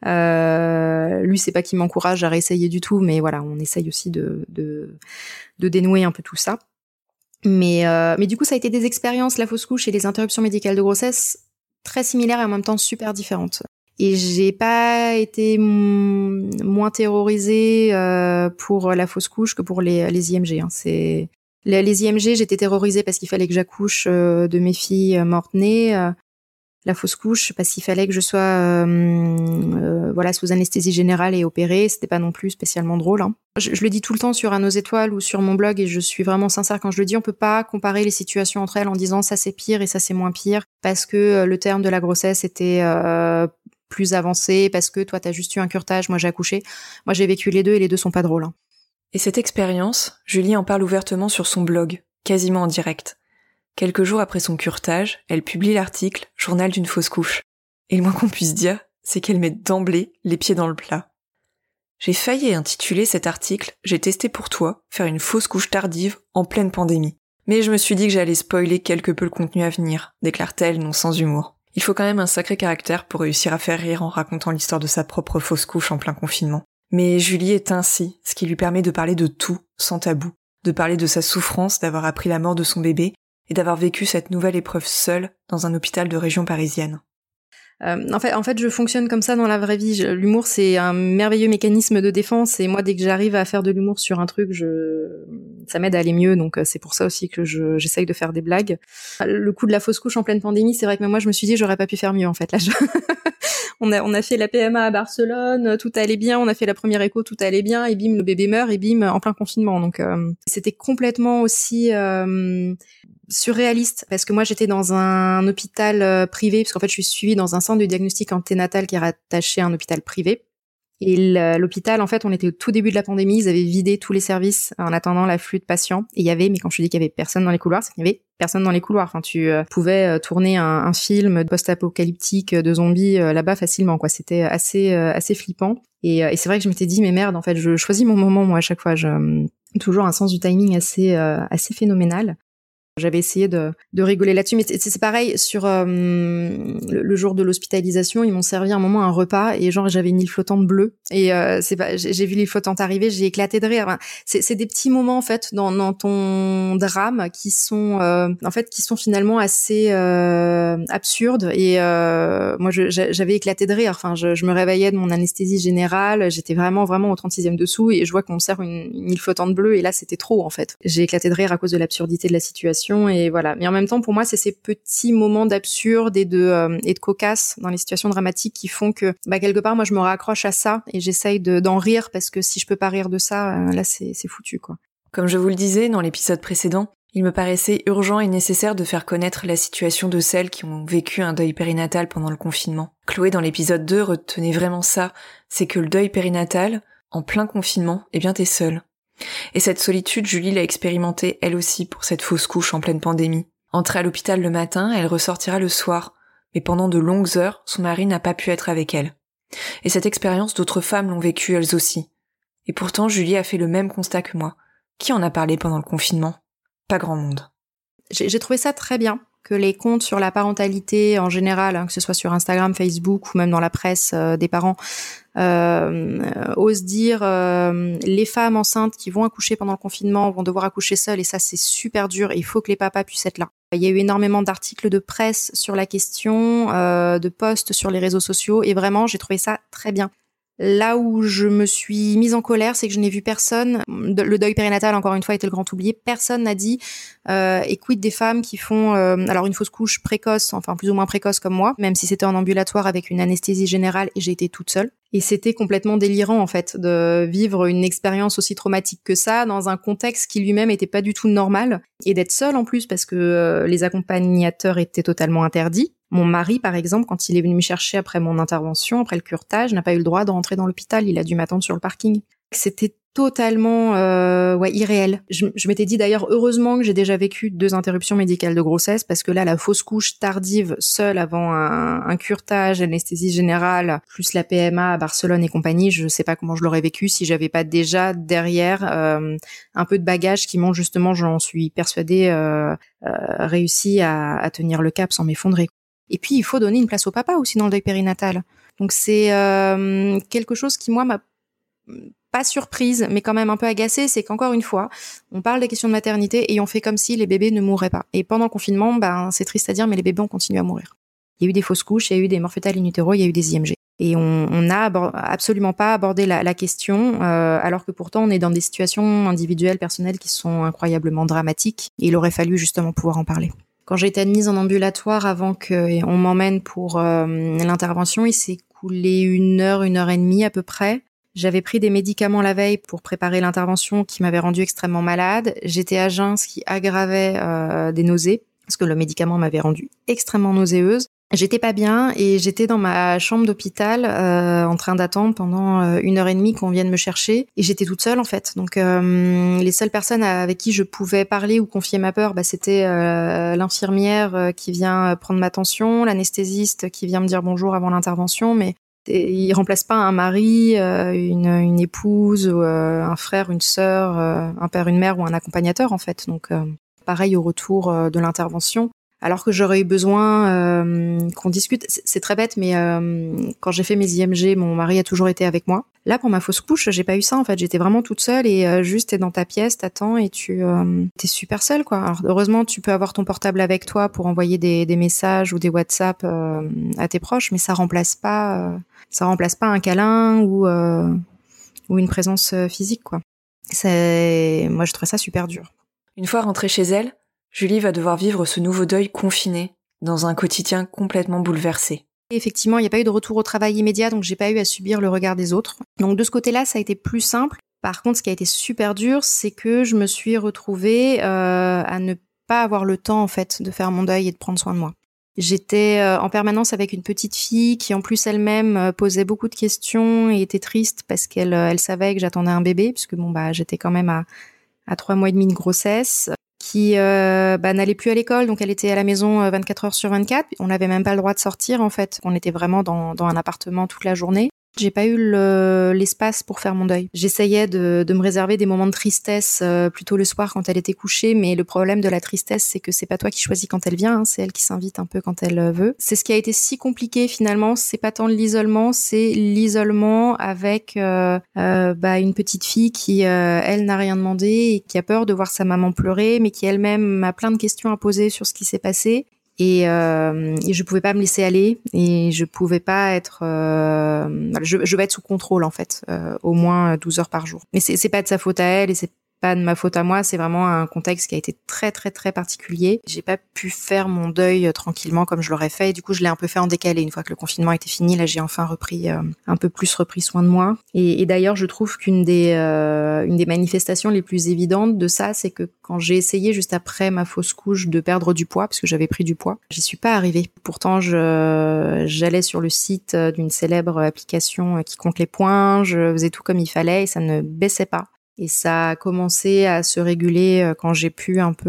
euh, lui, c'est pas qu'il m'encourage à réessayer du tout, mais voilà, on essaye aussi de de, de dénouer un peu tout ça. Mais euh, mais du coup, ça a été des expériences, la fausse couche et les interruptions médicales de grossesse très similaires et en même temps super différentes. Et j'ai pas été m- moins terrorisée euh, pour la fausse couche que pour les, les I M G. Hein. C'est les, les I M G, j'étais terrorisée parce qu'il fallait que j'accouche euh, de mes filles mortes-nées. Euh, la fausse couche parce qu'il fallait que je sois euh, euh, voilà sous anesthésie générale et opérée. C'était pas non plus spécialement drôle. Hein. Je, je le dis tout le temps sur Un Nos Étoiles ou sur mon blog et je suis vraiment sincère quand je le dis. On peut pas comparer les situations entre elles en disant ça c'est pire et ça c'est moins pire parce que euh, le terme de la grossesse était euh, plus avancé, parce que toi t'as juste eu un curetage, moi j'ai accouché. Moi j'ai vécu les deux et les deux sont pas drôles. Hein. Et cette expérience, Julie en parle ouvertement sur son blog, quasiment en direct. Quelques jours après son curetage, elle publie l'article « Journal d'une fausse couche ». Et le moins qu'on puisse dire, c'est qu'elle met d'emblée les pieds dans le plat. J'ai failli intituler cet article « J'ai testé pour toi, faire une fausse couche tardive en pleine pandémie ». Mais je me suis dit que j'allais spoiler quelque peu le contenu à venir, déclare-t-elle non sans humour. Il faut quand même un sacré caractère pour réussir à faire rire en racontant l'histoire de sa propre fausse couche en plein confinement. Mais Julie est ainsi, ce qui lui permet de parler de tout, sans tabou, de parler de sa souffrance d'avoir appris la mort de son bébé et d'avoir vécu cette nouvelle épreuve seule dans un hôpital de région parisienne. Euh, en fait, en fait, je fonctionne comme ça dans la vraie vie. Je, l'humour, c'est un merveilleux mécanisme de défense. Et moi, dès que j'arrive à faire de l'humour sur un truc, je, ça m'aide à aller mieux. Donc, c'est pour ça aussi que je, j'essaye de faire des blagues. Le coup de la fausse couche en pleine pandémie, c'est vrai que même moi, je me suis dit, j'aurais pas pu faire mieux. En fait, là, je... on a, on a fait la P M A à Barcelone, tout allait bien. On a fait la première écho, tout allait bien. Et bim, le bébé meurt. Et bim, en plein confinement. Donc, euh, c'était complètement aussi. Euh, surréaliste parce que moi j'étais dans un hôpital euh, privé parce qu'en fait je suis suivie dans un centre de diagnostic anténatal qui est rattaché à un hôpital privé et l'hôpital en fait on était au tout début de la pandémie, ils avaient vidé tous les services en attendant l'afflux de patients et il y avait, mais quand je te dis qu'il y avait personne dans les couloirs, c'est qu'il y avait personne dans les couloirs. Enfin tu euh, pouvais euh, tourner un, un film post-apocalyptique de zombies euh, là-bas facilement quoi, c'était assez euh, assez flippant et, euh, et c'est vrai que je m'étais dit mais merde en fait je choisis mon moment moi à chaque fois, je euh, toujours un sens du timing assez euh, assez phénoménal. J'avais essayé de, de rigoler là-dessus, mais c'est, c'est pareil, sur euh, le, le jour de l'hospitalisation, ils m'ont servi un moment un repas, et genre j'avais une île flottante bleue, et euh, c'est pas, j'ai, j'ai vu l'île flottante arriver, j'ai éclaté de rire. Enfin, c'est, c'est des petits moments en fait dans, dans ton drame qui sont, euh, en fait, qui sont finalement assez euh, absurdes, et euh, moi je, j'avais éclaté de rire. Enfin, je, je me réveillais de mon anesthésie générale, j'étais vraiment vraiment au trente-sixième dessous, et je vois qu'on me sert une, une île flottante bleue, et là c'était trop en fait. J'ai éclaté de rire à cause de l'absurdité de la situation. Et voilà. Mais en même temps, pour moi, c'est ces petits moments d'absurde et de euh, et de cocasse dans les situations dramatiques qui font que, bah, quelque part, moi, je me raccroche à ça et j'essaye de, d'en rire parce que si je peux pas rire de ça, euh, là, c'est, c'est foutu, quoi. Comme je vous le disais dans l'épisode précédent, il me paraissait urgent et nécessaire de faire connaître la situation de celles qui ont vécu un deuil périnatal pendant le confinement. Chloé, dans l'épisode deux, retenait vraiment ça, c'est que le deuil périnatal, en plein confinement, eh bien, t'es seule. Et cette solitude, Julie l'a expérimentée elle aussi pour cette fausse couche en pleine pandémie. Entrée à l'hôpital le matin, elle ressortira le soir, mais pendant de longues heures, son mari n'a pas pu être avec elle. Et cette expérience, d'autres femmes l'ont vécue elles aussi. Et pourtant, Julie a fait le même constat que moi. Qui en a parlé pendant le confinement ? Pas grand monde. J'ai, j'ai trouvé ça très bien, que les comptes sur la parentalité en général, hein, que ce soit sur Instagram, Facebook ou même dans la presse euh, des parents, euh, euh, osent dire euh, les femmes enceintes qui vont accoucher pendant le confinement vont devoir accoucher seules, et ça c'est super dur et il faut que les papas puissent être là. Il y a eu énormément d'articles de presse sur la question, euh, de posts sur les réseaux sociaux, et vraiment j'ai trouvé ça très bien. Là où je me suis mise en colère, c'est que je n'ai vu personne. Le deuil périnatal, encore une fois, était le grand oublié. Personne n'a dit euh, et quid des femmes qui font euh, alors une fausse couche précoce, enfin plus ou moins précoce comme moi, même si c'était en ambulatoire avec une anesthésie générale et j'ai été toute seule. Et c'était complètement délirant en fait de vivre une expérience aussi traumatique que ça dans un contexte qui lui-même était pas du tout normal et d'être seule en plus parce que euh, les accompagnateurs étaient totalement interdits. Mon mari, par exemple, quand il est venu me chercher après mon intervention, après le curetage, n'a pas eu le droit de rentrer dans l'hôpital. Il a dû m'attendre sur le parking. C'était totalement euh, ouais irréel. Je, je m'étais dit d'ailleurs heureusement que j'ai déjà vécu deux interruptions médicales de grossesse parce que là la fausse couche tardive seule avant un, un curetage, anesthésie générale, plus la P M A à Barcelone et compagnie, je sais pas comment je l'aurais vécu si j'avais pas déjà derrière euh, un peu de bagages qui m'ont justement, j'en suis persuadée, euh, euh, réussi à, à tenir le cap sans m'effondrer. Et puis il faut donner une place au papa aussi dans le deuil périnatal. Donc c'est euh, quelque chose qui moi m'a pas surprise, mais quand même un peu agacée, c'est qu'encore une fois, on parle des questions de maternité et on fait comme si les bébés ne mourraient pas. Et pendant le confinement, ben, c'est triste à dire, mais les bébés ont continué à mourir. Il y a eu des fausses couches, il y a eu des morts fœtales in utero, il y a eu des I M G. Et on on n'a abor- absolument pas abordé la, la question, euh, alors que pourtant on est dans des situations individuelles, personnelles qui sont incroyablement dramatiques. Et il aurait fallu justement pouvoir en parler. Quand j'ai été admise en ambulatoire avant qu'on m'emmène pour euh, l'intervention, il s'est écoulé une heure, une heure et demie à peu près. J'avais pris des médicaments la veille pour préparer l'intervention qui m'avait rendue extrêmement malade. J'étais à jeun, ce qui aggravait euh, des nausées, parce que le médicament m'avait rendue extrêmement nauséeuse. J'étais pas bien et j'étais dans ma chambre d'hôpital euh, en train d'attendre pendant euh, une heure et demie qu'on vienne me chercher. Et j'étais toute seule en fait. Donc euh, les seules personnes avec qui je pouvais parler ou confier ma peur, bah, c'était euh, l'infirmière euh, qui vient prendre ma tension, l'anesthésiste qui vient me dire bonjour avant l'intervention, mais il remplace pas un mari, euh, une, une épouse, ou, euh, un frère, une sœur, euh, un père, une mère ou un accompagnateur en fait. Donc euh, pareil au retour euh, de l'intervention. Alors que j'aurais eu besoin euh, qu'on discute. C'est, c'est très bête, mais euh, quand j'ai fait mes I M G, mon mari a toujours été avec moi. Là, pour ma fausse couche, j'ai pas eu ça en fait. J'étais vraiment toute seule et euh, juste t'es dans ta pièce, t'attends et tu euh, t'es super seule quoi. Alors heureusement, tu peux avoir ton portable avec toi pour envoyer des, des messages ou des WhatsApp euh, à tes proches, mais ça remplace pas, euh, ça remplace pas un câlin ou euh, ou une présence physique quoi. C'est, moi, je trouve ça super dur. Une fois rentrée chez elle, Julie va devoir vivre ce nouveau deuil confiné, dans un quotidien complètement bouleversé. Effectivement, il n'y a pas eu de retour au travail immédiat, donc j'ai pas eu à subir le regard des autres. Donc de ce côté-là, ça a été plus simple. Par contre, ce qui a été super dur, c'est que je me suis retrouvée euh, à ne pas avoir le temps en fait de faire mon deuil et de prendre soin de moi. J'étais euh, en permanence avec une petite fille qui en plus elle-même euh, posait beaucoup de questions et était triste parce qu'elle euh, elle savait que j'attendais un bébé, puisque bon bah j'étais quand même à à trois mois et demi de grossesse. Qui euh, bah, n'allait plus à l'école, donc elle était à la maison euh, vingt-quatre heures sur vingt-quatre. On n'avait même pas le droit de sortir en fait. On était vraiment dans, dans un appartement toute la journée. J'ai pas eu le, l'espace pour faire mon deuil. J'essayais de, de me réserver des moments de tristesse euh, plutôt le soir quand elle était couchée, mais le problème de la tristesse, c'est que c'est pas toi qui choisis quand elle vient, hein, c'est elle qui s'invite un peu quand elle veut. C'est ce qui a été si compliqué finalement. C'est pas tant l'isolement, c'est l'isolement avec euh, euh, bah, une petite fille qui, euh, elle, n'a rien demandé et qui a peur de voir sa maman pleurer, mais qui elle-même a plein de questions à poser sur ce qui s'est passé. Et, euh, et je pouvais pas me laisser aller et je pouvais pas être euh, je, je vais être sous contrôle en fait euh, au moins douze heures par jour. Mais c'est, c'est pas de sa faute à elle et c'est pas de ma faute à moi, c'est vraiment un contexte qui a été très très très particulier. J'ai pas pu faire mon deuil tranquillement comme je l'aurais fait et du coup je l'ai un peu fait en décalé. Une fois que le confinement était fini, là j'ai enfin repris euh, un peu plus repris soin de moi. Et, et d'ailleurs je trouve qu'une des euh, une des manifestations les plus évidentes de ça, c'est que quand j'ai essayé juste après ma fausse couche de perdre du poids, parce que j'avais pris du poids, j'y suis pas arrivée. Pourtant je j'allais sur le site d'une célèbre application qui compte les points, je faisais tout comme il fallait et ça ne baissait pas. Et ça a commencé à se réguler quand j'ai pu un peu,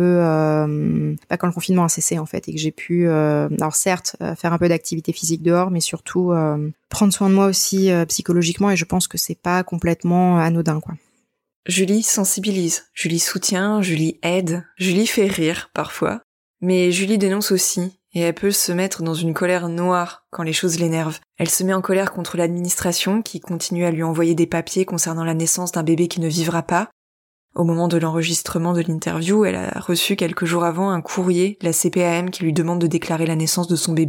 euh, pas quand le confinement a cessé en fait, et que j'ai pu, euh, alors certes, faire un peu d'activité physique dehors, mais surtout euh, prendre soin de moi aussi euh, psychologiquement. Et je pense que c'est pas complètement anodin, quoi. Julie sensibilise, Julie soutient, Julie aide, Julie fait rire parfois, mais Julie dénonce aussi. Et elle peut se mettre dans une colère noire quand les choses l'énervent. Elle se met en colère contre l'administration qui continue à lui envoyer des papiers concernant la naissance d'un bébé qui ne vivra pas. Au moment de l'enregistrement de l'interview, elle a reçu quelques jours avant un courrier de la C P A M qui lui demande de déclarer la naissance de son bébé.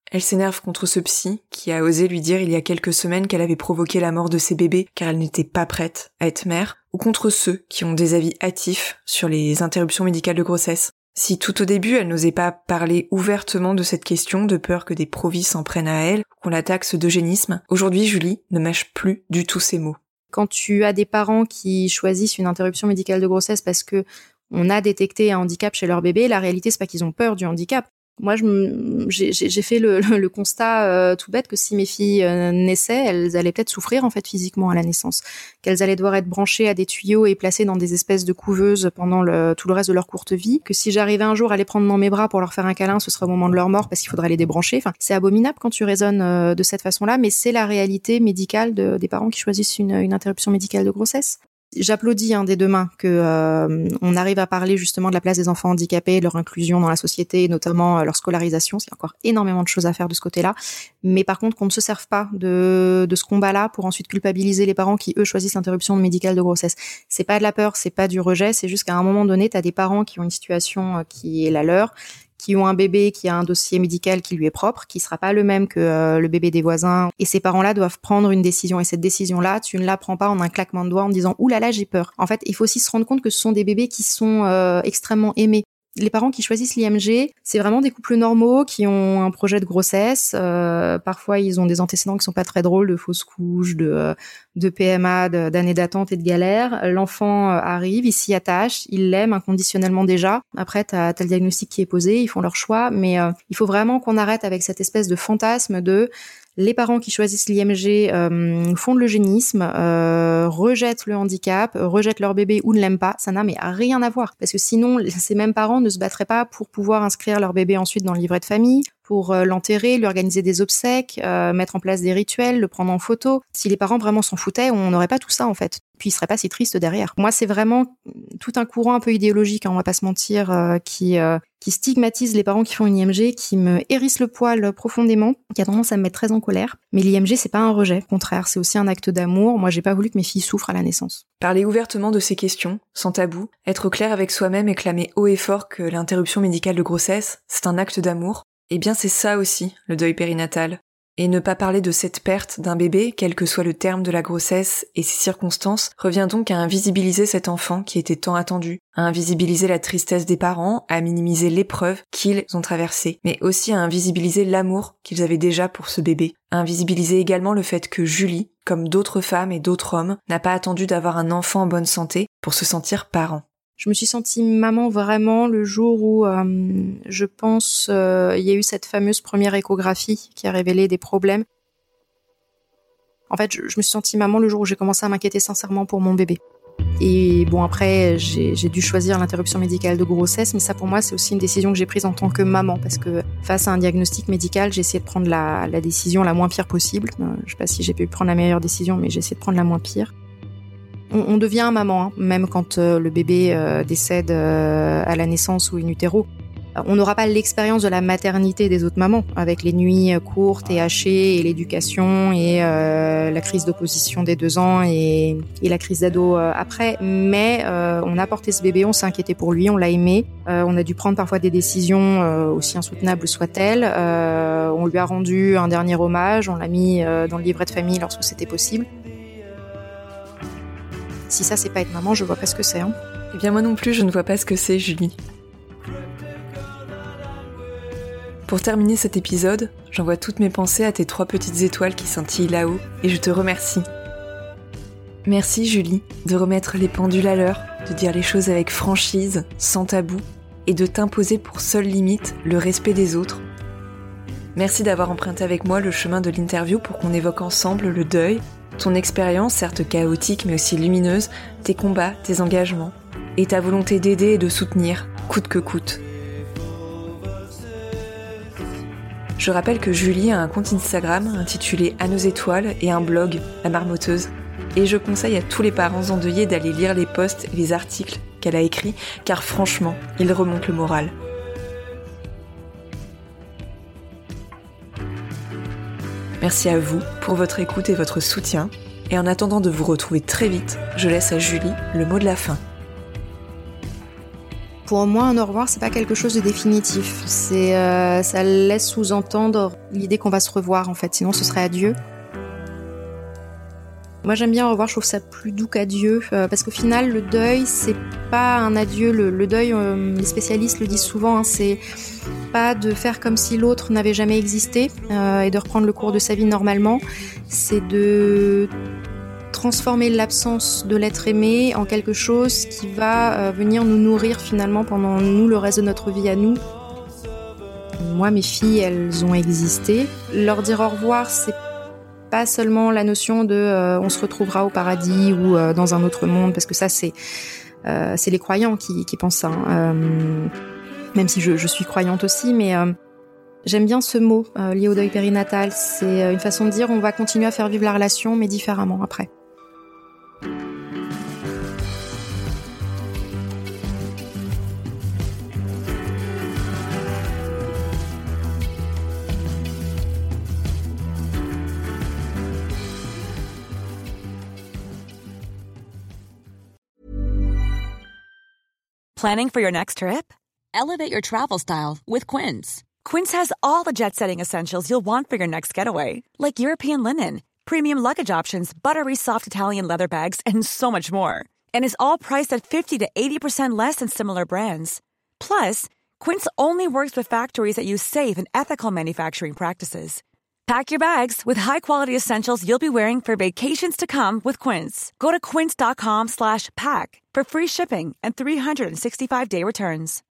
Elle s'énerve contre ce psy qui a osé lui dire il y a quelques semaines qu'elle avait provoqué la mort de ses bébés car elle n'était pas prête à être mère, ou contre ceux qui ont des avis hâtifs sur les interruptions médicales de grossesse. Si tout au début elle n'osait pas parler ouvertement de cette question de peur que des provis s'en prennent à elle, qu'on la taxe d'eugénisme, aujourd'hui Julie ne mâche plus du tout ses mots. Quand tu as des parents qui choisissent une interruption médicale de grossesse parce que on a détecté un handicap chez leur bébé, la réalité c'est pas qu'ils ont peur du handicap. Moi, je me, j'ai, j'ai fait le, le, le constat euh, tout bête que si mes filles euh, naissaient, elles allaient peut-être souffrir en fait physiquement à la naissance, qu'elles allaient devoir être branchées à des tuyaux et placées dans des espèces de couveuses pendant le, tout le reste de leur courte vie, que si j'arrivais un jour à les prendre dans mes bras pour leur faire un câlin, ce serait au moment de leur mort parce qu'il faudrait les débrancher. Enfin, c'est abominable quand tu raisonnes euh, de cette façon-là, mais c'est la réalité médicale de, des parents qui choisissent une, une interruption médicale de grossesse. J'applaudis hein, des deux mains que euh, on arrive à parler justement de la place des enfants handicapés, de leur inclusion dans la société, et notamment euh, leur scolarisation. Il y a encore énormément de choses à faire de ce côté-là. Mais par contre, qu'on ne se serve pas de, de ce combat-là pour ensuite culpabiliser les parents qui, eux, choisissent l'interruption médicale de grossesse. C'est pas de la peur, c'est pas du rejet, c'est juste qu'à un moment donné, t'as des parents qui ont une situation qui est la leur, qui ont un bébé qui a un dossier médical qui lui est propre, qui sera pas le même que euh, le bébé des voisins. Et ces parents-là doivent prendre une décision. Et cette décision-là, tu ne la prends pas en un claquement de doigts en disant « Ouh là là, j'ai peur ». En fait, il faut aussi se rendre compte que ce sont des bébés qui sont euh, extrêmement aimés. Les parents qui choisissent l'I M G, c'est vraiment des couples normaux qui ont un projet de grossesse. Euh, parfois, ils ont des antécédents qui sont pas très drôles, de fausses couches, de, de P M A, de, d'années d'attente et de galères. L'enfant arrive, il s'y attache, il l'aime inconditionnellement déjà. Après, t'as, t'as le diagnostic qui est posé, ils font leur choix. Mais euh, il faut vraiment qu'on arrête avec cette espèce de fantasme de... Les parents qui choisissent l'I M G euh, font de l'eugénisme, euh, rejettent le handicap, rejettent leur bébé ou ne l'aiment pas. Ça n'a mais rien à voir. Parce que sinon, ces mêmes parents ne se battraient pas pour pouvoir inscrire leur bébé ensuite dans le livret de famille, pour euh, l'enterrer, lui organiser des obsèques, euh, mettre en place des rituels, le prendre en photo. Si les parents vraiment s'en foutaient, on n'aurait pas tout ça en fait. Puis ils seraient pas si tristes derrière. Moi, c'est vraiment tout un courant un peu idéologique, hein, on va pas se mentir, euh, qui euh, qui stigmatise les parents qui font une I M G, qui me hérisse le poil profondément, qui a tendance à me mettre très en colère. Mais l'I M G, c'est pas un rejet, au contraire, c'est aussi un acte d'amour. Moi, j'ai pas voulu que mes filles souffrent à la naissance. Parler ouvertement de ces questions, sans tabou, être clair avec soi-même et clamer haut et fort que l'interruption médicale de grossesse, c'est un acte d'amour, eh bien c'est ça aussi, le deuil périnatal. Et ne pas parler de cette perte d'un bébé, quel que soit le terme de la grossesse et ses circonstances, revient donc à invisibiliser cet enfant qui était tant attendu, à invisibiliser la tristesse des parents, à minimiser l'épreuve qu'ils ont traversée, mais aussi à invisibiliser l'amour qu'ils avaient déjà pour ce bébé, à invisibiliser également le fait que Julie, comme d'autres femmes et d'autres hommes, n'a pas attendu d'avoir un enfant en bonne santé pour se sentir parent. Je me suis sentie maman vraiment le jour où, euh, je pense, euh, il y a eu cette fameuse première échographie qui a révélé des problèmes. En fait, je, je me suis sentie maman le jour où j'ai commencé à m'inquiéter sincèrement pour mon bébé. Et bon, après, j'ai, j'ai dû choisir l'interruption médicale de grossesse, mais ça pour moi, c'est aussi une décision que j'ai prise en tant que maman, parce que face à un diagnostic médical, j'ai essayé de prendre la, la décision la moins pire possible. Euh, je sais pas si j'ai pu prendre la meilleure décision, mais j'ai essayé de prendre la moins pire. On, on devient maman, hein, même quand euh, le bébé euh, décède euh, à la naissance ou in utero. On n'aura pas l'expérience de la maternité des autres mamans, avec les nuits courtes et hachées, et l'éducation, et euh, la crise d'opposition des deux ans, et, et la crise d'ado euh, après. Mais euh, on a porté ce bébé, on s'est inquiété pour lui, on l'a aimé. Euh, on a dû prendre parfois des décisions, euh, aussi insoutenables soient-elles. Euh, on lui a rendu un dernier hommage, on l'a mis euh, dans le livret de famille lorsque c'était possible. Si ça, c'est pas être maman, je vois pas ce que c'est. Hein. Eh bien moi non plus, je ne vois pas ce que c'est, Julie. Pour terminer cet épisode, j'envoie toutes mes pensées à tes trois petites étoiles qui scintillent là-haut, et je te remercie. Merci Julie, de remettre les pendules à l'heure, de dire les choses avec franchise, sans tabou, et de t'imposer pour seule limite le respect des autres. Merci d'avoir emprunté avec moi le chemin de l'interview pour qu'on évoque ensemble le deuil, ton expérience, certes chaotique mais aussi lumineuse, tes combats, tes engagements, et ta volonté d'aider et de soutenir, coûte que coûte. Je rappelle que Julie a un compte Instagram intitulé À nos étoiles et un blog, La Marmotteuse, et je conseille à tous les parents endeuillés d'aller lire les posts et les articles qu'elle a écrits, car franchement, ils remontent le moral. Merci à vous pour votre écoute et votre soutien, et en attendant de vous retrouver très vite, je laisse à Julie le mot de la fin. Pour moi, un au revoir, c'est pas quelque chose de définitif. C'est, euh, ça laisse sous-entendre l'idée qu'on va se revoir, en fait. Sinon, ce serait adieu. Moi, j'aime bien au revoir, je trouve ça plus doux qu'adieu, euh, parce qu'au final, le deuil, c'est pas un adieu. Le, le deuil, euh, les spécialistes le disent souvent, hein, c'est pas de faire comme si l'autre n'avait jamais existé euh, et de reprendre le cours de sa vie normalement. C'est de transformer l'absence de l'être aimé en quelque chose qui va euh, venir nous nourrir finalement pendant nous le reste de notre vie à nous. Moi, mes filles, elles ont existé. Leur dire au revoir, c'est pas seulement la notion de euh, on se retrouvera au paradis ou euh, dans un autre monde, parce que ça, c'est euh, c'est les croyants qui, qui pensent ça. Hein. Euh, même si je, je suis croyante aussi, mais euh, j'aime bien ce mot euh, lié au deuil périnatal. C'est une façon de dire on va continuer à faire vivre la relation, mais différemment après. Planning for your next trip? Elevate your travel style with Quince. Quince has all the jet-setting essentials you'll want for your next getaway, like European linen, premium luggage options, buttery soft Italian leather bags, and so much more. And is all priced at fifty to eighty percent less than similar brands. Plus, Quince only works with factories that use safe and ethical manufacturing practices. Pack your bags with high-quality essentials you'll be wearing for vacations to come with Quince. Go to quince.com slash pack for free shipping and three sixty-five day returns.